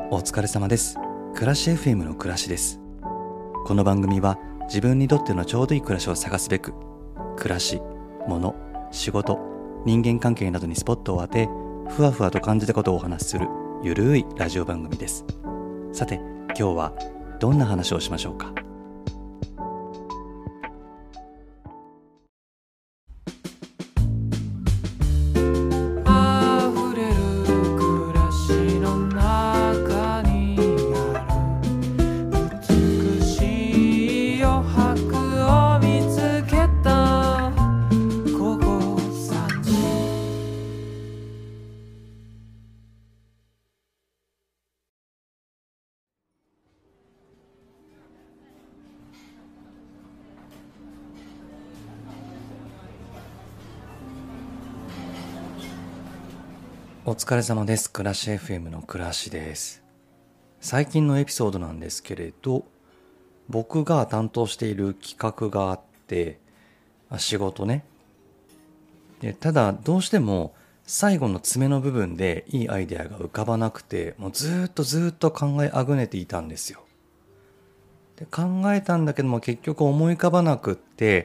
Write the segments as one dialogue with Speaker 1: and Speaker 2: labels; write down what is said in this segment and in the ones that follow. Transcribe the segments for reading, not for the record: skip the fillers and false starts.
Speaker 1: お疲れ様です。暮らし FM の暮らしです。この番組は自分にとってのちょうどいい暮らしを探すべく、暮らし、物、仕事、人間関係などにスポットを当て、ふわふわと感じたことをお話しするゆるいラジオ番組です。さて、今日はどんな話をしましょうか。お疲れ様です。暮らし FM の暮らしです。最近のエピソードなんですけれど、僕が担当している企画があって、仕事ね。ただどうしても最後の詰めの部分でいいアイデアが浮かばなくて、もうずっと考えあぐねていたんですよ。で、考えたんだけども結局思い浮かばなくって、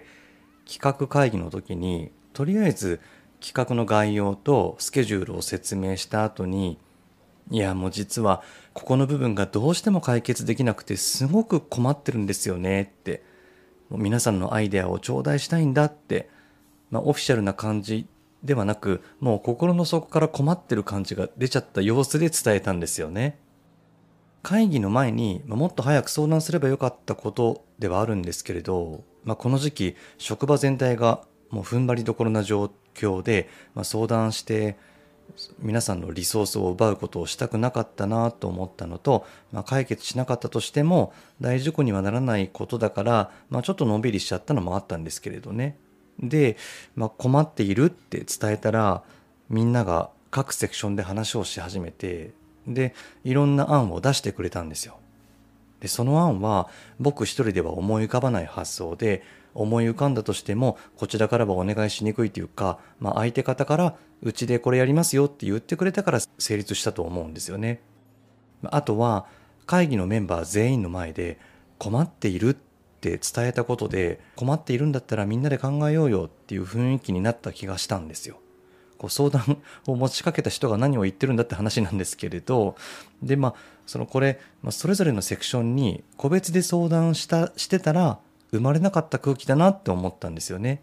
Speaker 1: 企画会議の時にとりあえず企画の概要とスケジュールを説明した後に、いやもう実はここの部分がどうしても解決できなくてすごく困ってるんですよねって、もう皆さんのアイデアを頂戴したいんだって、オフィシャルな感じではなく、もう心の底から困ってる感じが出ちゃった様子で伝えたんですよね。会議の前に、もっと早く相談すればよかったことではあるんですけれど、この時期職場全体がもう踏ん張りどころな状況で、相談して皆さんのリソースを奪うことをしたくなかったなと思ったのと、解決しなかったとしても大事故にはならないことだから、ちょっとのんびりしちゃったのもあったんですけれどね。で、困っているって伝えたら、みんなが各セクションで話をし始めて、でいろんな案を出してくれたんですよ。でその案は僕一人では思い浮かばない発想で、思い浮かんだとしてもこちらからはお願いしにくいというか、相手方からうちでこれやりますよって言ってくれたから成立したと思うんですよね。あとは会議のメンバー全員の前で困っているって伝えたことで、困っているんだったらみんなで考えようよっていう雰囲気になった気がしたんですよ。相談を持ちかけた人が何を言ってるんだって話なんですけれど、でこれ、それぞれのセクションに個別で相談してたら生まれなかった空気だなって思ったんですよね。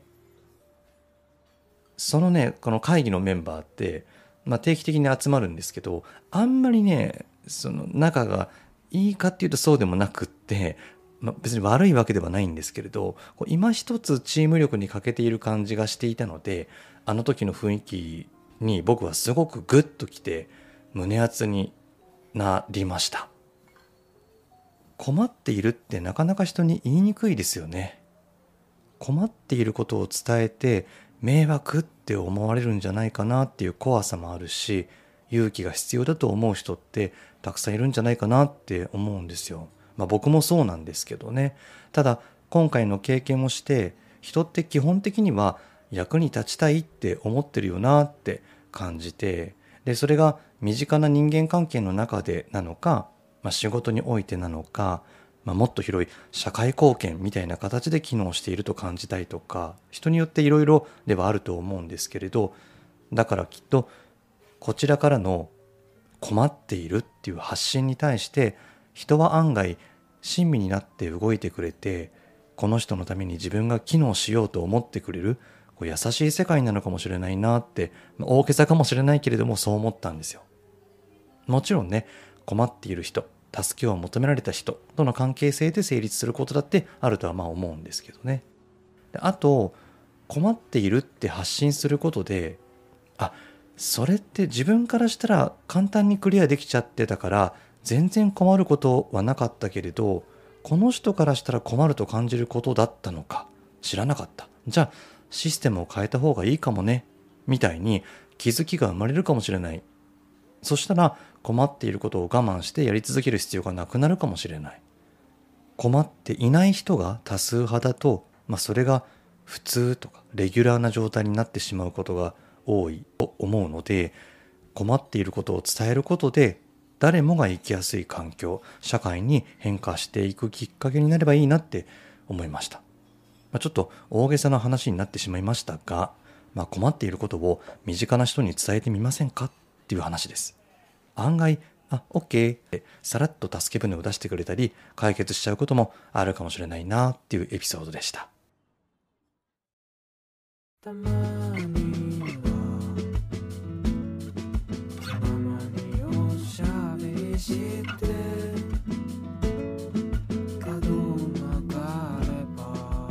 Speaker 1: この会議のメンバーって、定期的に集まるんですけど、あんまりねその仲がいいかっていうとそうでもなくって、別に悪いわけではないんですけれど、今一つチーム力に欠けている感じがしていたので、あの時の雰囲気に僕はすごくグッときて胸熱になりました。困っているってなかなか人に言いにくいですよね。困っていることを伝えて迷惑って思われるんじゃないかなっていう怖さもあるし、勇気が必要だと思う人ってたくさんいるんじゃないかなって思うんですよ。僕もそうなんですけどね。ただ今回の経験をして、人って基本的には役に立ちたいって思ってるよなって感じて、でそれが身近な人間関係の中でなのか、仕事においてなのか、もっと広い社会貢献みたいな形で機能していると感じたりとか、人によっていろいろではあると思うんですけれど、だからきっとこちらからの困っているっていう発信に対して人は案外親身になって動いてくれて、この人のために自分が機能しようと思ってくれる優しい世界なのかもしれないなって、大げさかもしれないけれどもそう思ったんですよ。もちろんね、困っている人、助けを求められた人との関係性で成立することだってあるとは思うんですけどね。であと、困っているって発信することで、それって自分からしたら簡単にクリアできちゃってたから全然困ることはなかったけれど、この人からしたら困ると感じることだったのか知らなかった、じゃあシステムを変えた方がいいかもねみたいに気づきが生まれるかもしれない。そしたら困っていることを我慢してやり続ける必要がなくなるかもしれない。困っていない人が多数派だと、それが普通とかレギュラーな状態になってしまうことが多いと思うので、困っていることを伝えることで誰もが生きやすい環境、社会に変化していくきっかけになればいいなって思いました。ちょっと大げさな話になってしまいましたが、困っていることを身近な人に伝えてみませんかっていう話です。案外、OK ってさらっと助け舟を出してくれたり、解決しちゃうこともあるかもしれないなっていうエピソードでした。たまにはたまにおしゃべりして角曲がれば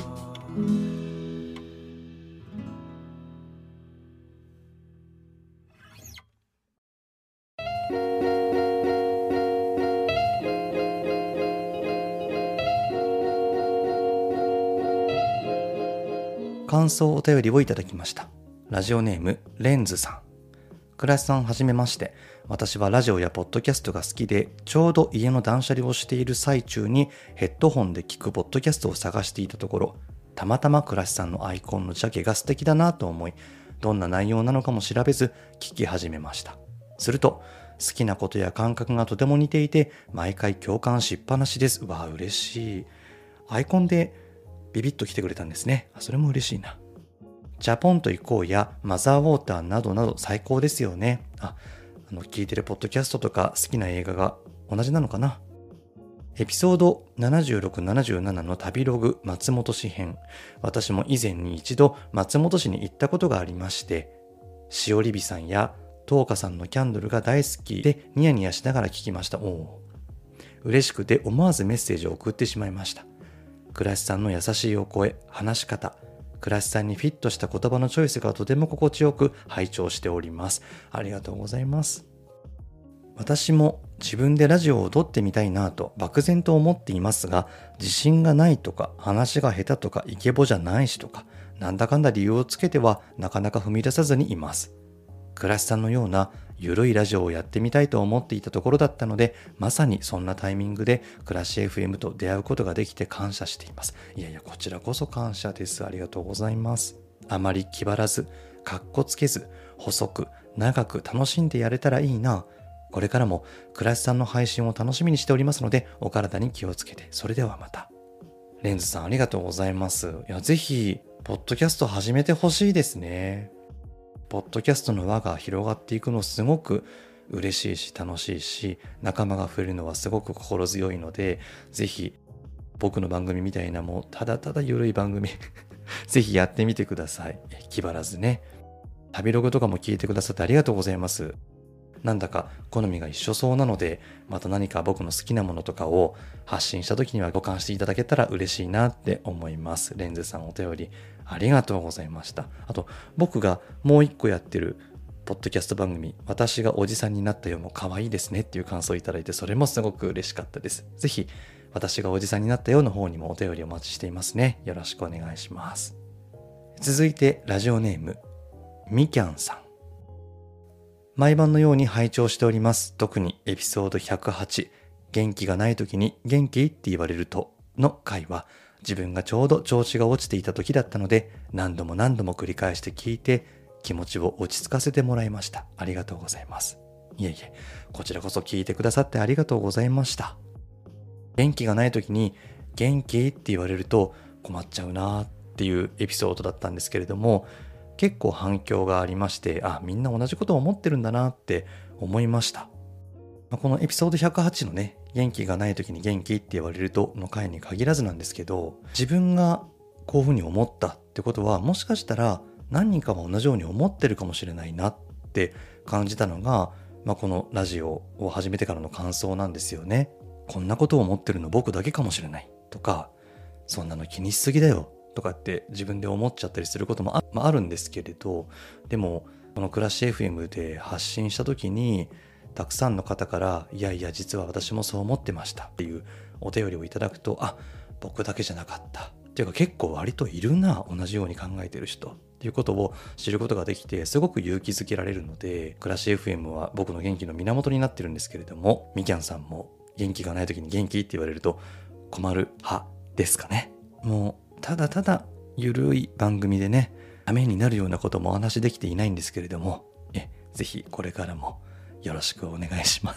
Speaker 1: 感想お便りをいただきました。ラジオネームレンズさん。倉石さんはじめまして。私はラジオやポッドキャストが好きで、ちょうど家の断捨離をしている最中にヘッドホンで聞くポッドキャストを探していたところ、たまたま倉石さんのアイコンのジャケが素敵だなと思い、どんな内容なのかも調べず聞き始めました。すると好きなことや感覚がとても似ていて、毎回共感しっぱなしです。わあ、嬉しい。アイコンでビビッと来てくれたんですね。それも嬉しいな。ジャポンと行こうやマザーウォーターなどなど最高ですよね。聞いてるポッドキャストとか好きな映画が同じなのかな。エピソード76、77の旅ログ松本市編。私も以前に一度松本市に行ったことがありまして、しおりびさんや東花さんのキャンドルが大好きでニヤニヤしながら聞きました。嬉しくて思わずメッセージを送ってしまいました。倉石さんの優しいお声、話し方、倉石さんにフィットした言葉のチョイスがとても心地よく拝聴しております。ありがとうございます。私も自分でラジオを撮ってみたいなと漠然と思っていますが、自信がないとか話が下手とかイケボじゃないしとか、なんだかんだ理由をつけてはなかなか踏み出さずにいます。倉石さんのようなゆるいラジオをやってみたいと思っていたところだったので、まさにそんなタイミングで暮らし FM と出会うことができて感謝しています。いやいや、こちらこそ感謝です。ありがとうございます。あまり気張らず、かっこつけず、細く長く楽しんでやれたらいいな。これからも倉石さんの配信を楽しみにしておりますので、お体に気をつけて。それではまた。レンズさん、ありがとうございます。ぜひポッドキャスト始めてほしいですね。ポッドキャストの輪が広がっていくのすごく嬉しいし楽しいし、仲間が増えるのはすごく心強いので、ぜひ僕の番組みたいなもうただただゆるい番組ぜひやってみてください。気張らずね。旅ログとかも聞いてくださってありがとうございます。なんだか好みが一緒そうなので、また何か僕の好きなものとかを発信した時には互換していただけたら嬉しいなって思います。レンズさん、お便りありがとうございました。あと僕がもう一個やってるポッドキャスト番組、私がおじさんになったよも可愛いですねっていう感想をいただいて、それもすごく嬉しかったです。ぜひ私がおじさんになったよの方にもお便りお待ちしていますね。よろしくお願いします。続いてラジオネームみきゃんさん。毎晩のように拝聴しております。特にエピソード108、元気がない時に元気って言われるとの回は、自分がちょうど調子が落ちていた時だったので、何度も繰り返して聞いて気持ちを落ち着かせてもらいました。ありがとうございます。いえいえ、こちらこそ聞いてくださってありがとうございました。元気がない時に元気って言われると困っちゃうなっていうエピソードだったんですけれども、結構反響がありまして、みんな同じことを思ってるんだなって思いました。このエピソード108のね、元気がない時に元気って言われるとの回に限らずなんですけど、自分がこういうふうに思ったってことは、もしかしたら何人かは同じように思ってるかもしれないなって感じたのが、このラジオを始めてからの感想なんですよね。こんなことを思ってるの僕だけかもしれないとか、そんなの気にしすぎだよとかって自分で思っちゃったりすることも あるんですけれど、でもこの暮らし FM で発信した時にたくさんの方からいやいや実は私もそう思ってましたっていうお便りをいただくと、僕だけじゃなかったっていうか、結構割といるな、同じように考えてる人っていうことを知ることができて、すごく勇気づけられるので、暮らし FM は僕の元気の源になってるんですけれども、みきゃんさんも元気がない時に元気って言われると困る派ですかね。もうただただゆるい番組でね、ためになるようなこともお話できていないんですけれども、ぜひこれからもよろしくお願いします。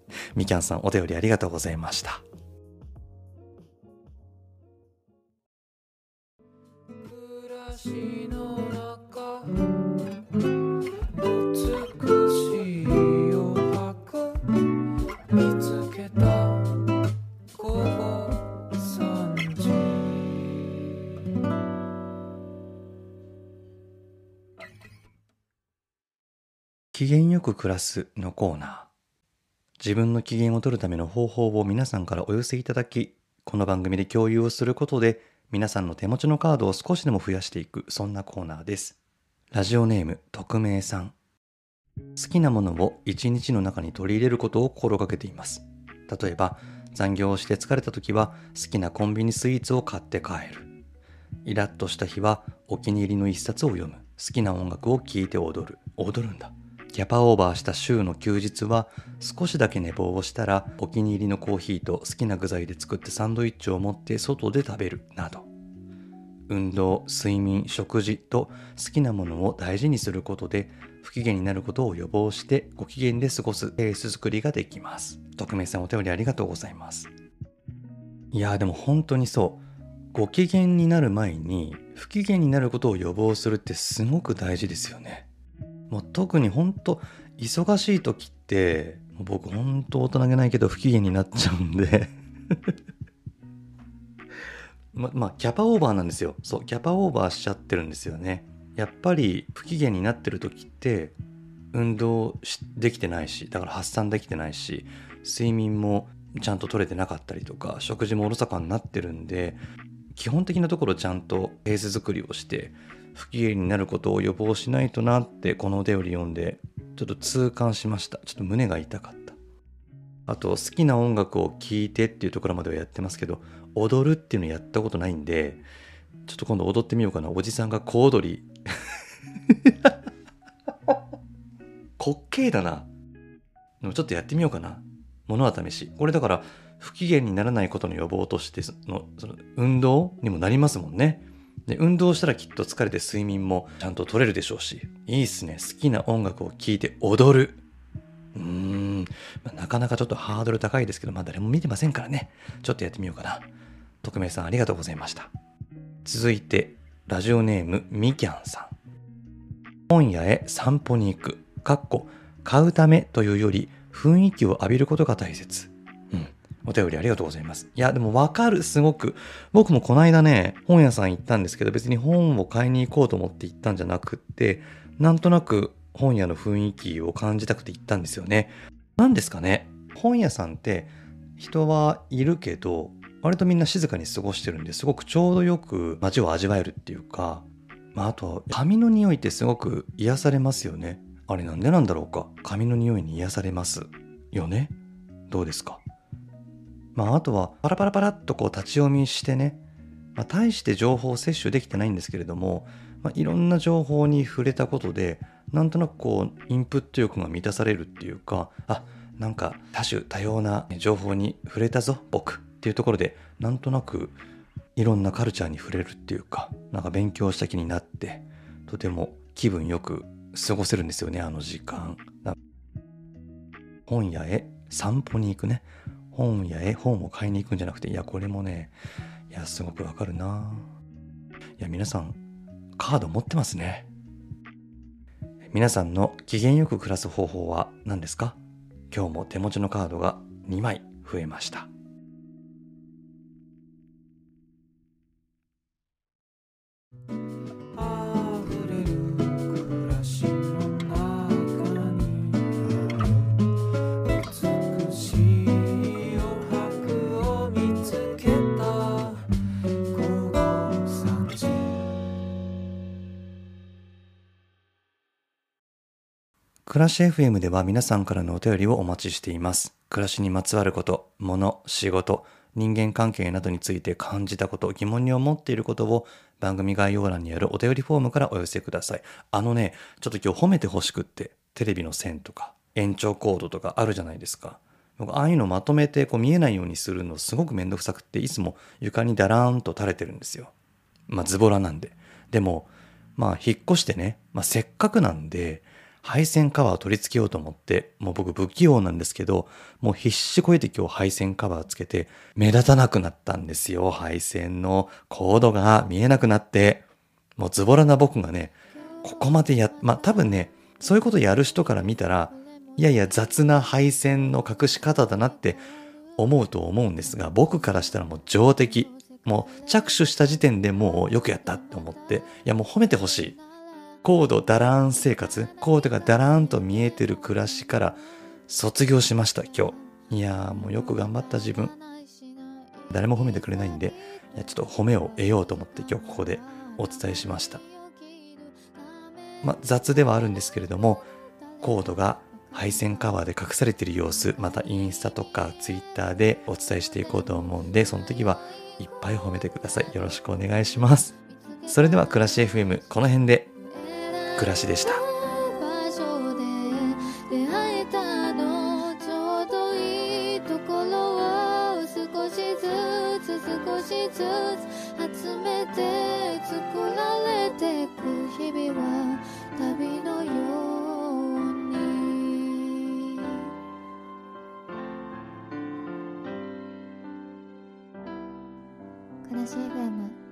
Speaker 1: みきゃんさん、お便りありがとうございました。機嫌よく暮らすのコーナー。自分の機嫌を取るための方法を皆さんからお寄せいただき、この番組で共有をすることで、皆さんの手持ちのカードを少しでも増やしていく、そんなコーナーです。ラジオネーム、匿名さん。好きなものを一日の中に取り入れることを心がけています。例えば、残業をして疲れた時は、好きなコンビニスイーツを買って帰る。イラッとした日は、お気に入りの一冊を読む。好きな音楽を聴いて踊る。踊るんだ。キャパオーバーした週の休日は少しだけ寝坊をしたらお気に入りのコーヒーと好きな具材で作ってサンドイッチを持って外で食べるなど、運動、睡眠、食事と好きなものを大事にすることで不機嫌になることを予防してご機嫌で過ごすペース作りができます。匿名さん、お便りありがとうございます。いやでも本当にそう、ご機嫌になる前に不機嫌になることを予防するってすごく大事ですよね。もう特に本当忙しい時って僕本当大人げないけど不機嫌になっちゃうんでキャパオーバーなんですよ。そう、キャパオーバーしちゃってるんですよね。やっぱり不機嫌になってる時って運動できてないし、だから発散できてないし、睡眠もちゃんと取れてなかったりとか、食事もおろそかになってるんで、基本的なところちゃんとペース作りをして不機嫌になることを予防しないとなって、このお便り読んでちょっと痛感しました。ちょっと胸が痛かった。あと、好きな音楽を聴いてっていうところまではやってますけど、踊るっていうのやったことないんで、ちょっと今度踊ってみようかな。おじさんが小踊り滑稽だな。でもちょっとやってみようかな。物は試し。これだから不機嫌にならないことの予防としてその運動にもなりますもんね。で、運動したらきっと疲れて睡眠もちゃんと取れるでしょうし、いいっすね。好きな音楽を聴いて踊る。なかなかちょっとハードル高いですけど、誰も見てませんからね。ちょっとやってみようかな。匿名さん、ありがとうございました。続いてラジオネームみきゃんさん。本屋へ散歩に行く。買うためというより雰囲気を浴びることが大切。お便りありがとうございます。いや、でもわかる、すごく。僕もこの間ね、本屋さん行ったんですけど、別に本を買いに行こうと思って行ったんじゃなくって、なんとなく本屋の雰囲気を感じたくて行ったんですよね。なんですかね。本屋さんって人はいるけど、割とみんな静かに過ごしてるんで、すごくちょうどよく街を味わえるっていうか、あと、紙の匂いってすごく癒されますよね。あれなんでなんだろうか。紙の匂いに癒されますよね。どうですか。あとはパラパラパラっと立ち読みしてね、大して情報を摂取できてないんですけれども、いろんな情報に触れたことで、なんとなくインプット欲が満たされるっていうか、なんか多種多様な情報に触れたぞ僕っていうところで、なんとなくいろんなカルチャーに触れるっていうか、なんか勉強した気になって、とても気分よく過ごせるんですよね、あの時間。本屋へ散歩に行くね。本屋へ本を買いに行くんじゃなくて、これもね、すごくわかるな。皆さんカード持ってますね。皆さんの機嫌よく暮らす方法は何ですか？今日も手持ちのカードが2枚増えました。暮らし FM では皆さんからのお便りをお待ちしています。暮らしにまつわること、物、仕事、人間関係などについて感じたこと、疑問に思っていることを番組概要欄にあるお便りフォームからお寄せください。ちょっと今日褒めてほしくって、テレビの線とか延長コードとかあるじゃないですか。僕ああいうのまとめて見えないようにするのすごくめんどくさくって、いつも床にダラーンと垂れてるんですよ。ズボラなんで。でも引っ越してね、せっかくなんで配線カバーを取り付けようと思って、もう僕不器用なんですけど、もう必死こいて今日配線カバーつけて、目立たなくなったんですよ。配線のコードが見えなくなって、もうズボラな僕がね、ここまで多分ね、そういうことやる人から見たら、いやいや雑な配線の隠し方だなって思うと思うんですが、僕からしたらもう上出来。もう着手した時点でもうよくやったって思って、いやもう褒めてほしい。コードダラーン生活、コードがダラーンと見えてる暮らしから卒業しました今日。いやーもうよく頑張った自分。誰も褒めてくれないんで、いやちょっと褒めを得ようと思って今日ここでお伝えしました。雑ではあるんですけれども、コードが配線カバーで隠されている様子、またインスタとかツイッターでお伝えしていこうと思うんで、その時はいっぱい褒めてください。よろしくお願いします。それでは暮らし FM この辺で暮らしでした。
Speaker 2: 場所で出会えたのちょうどいいところを少しずつ集めて作られてく日々は旅のように暮らし FM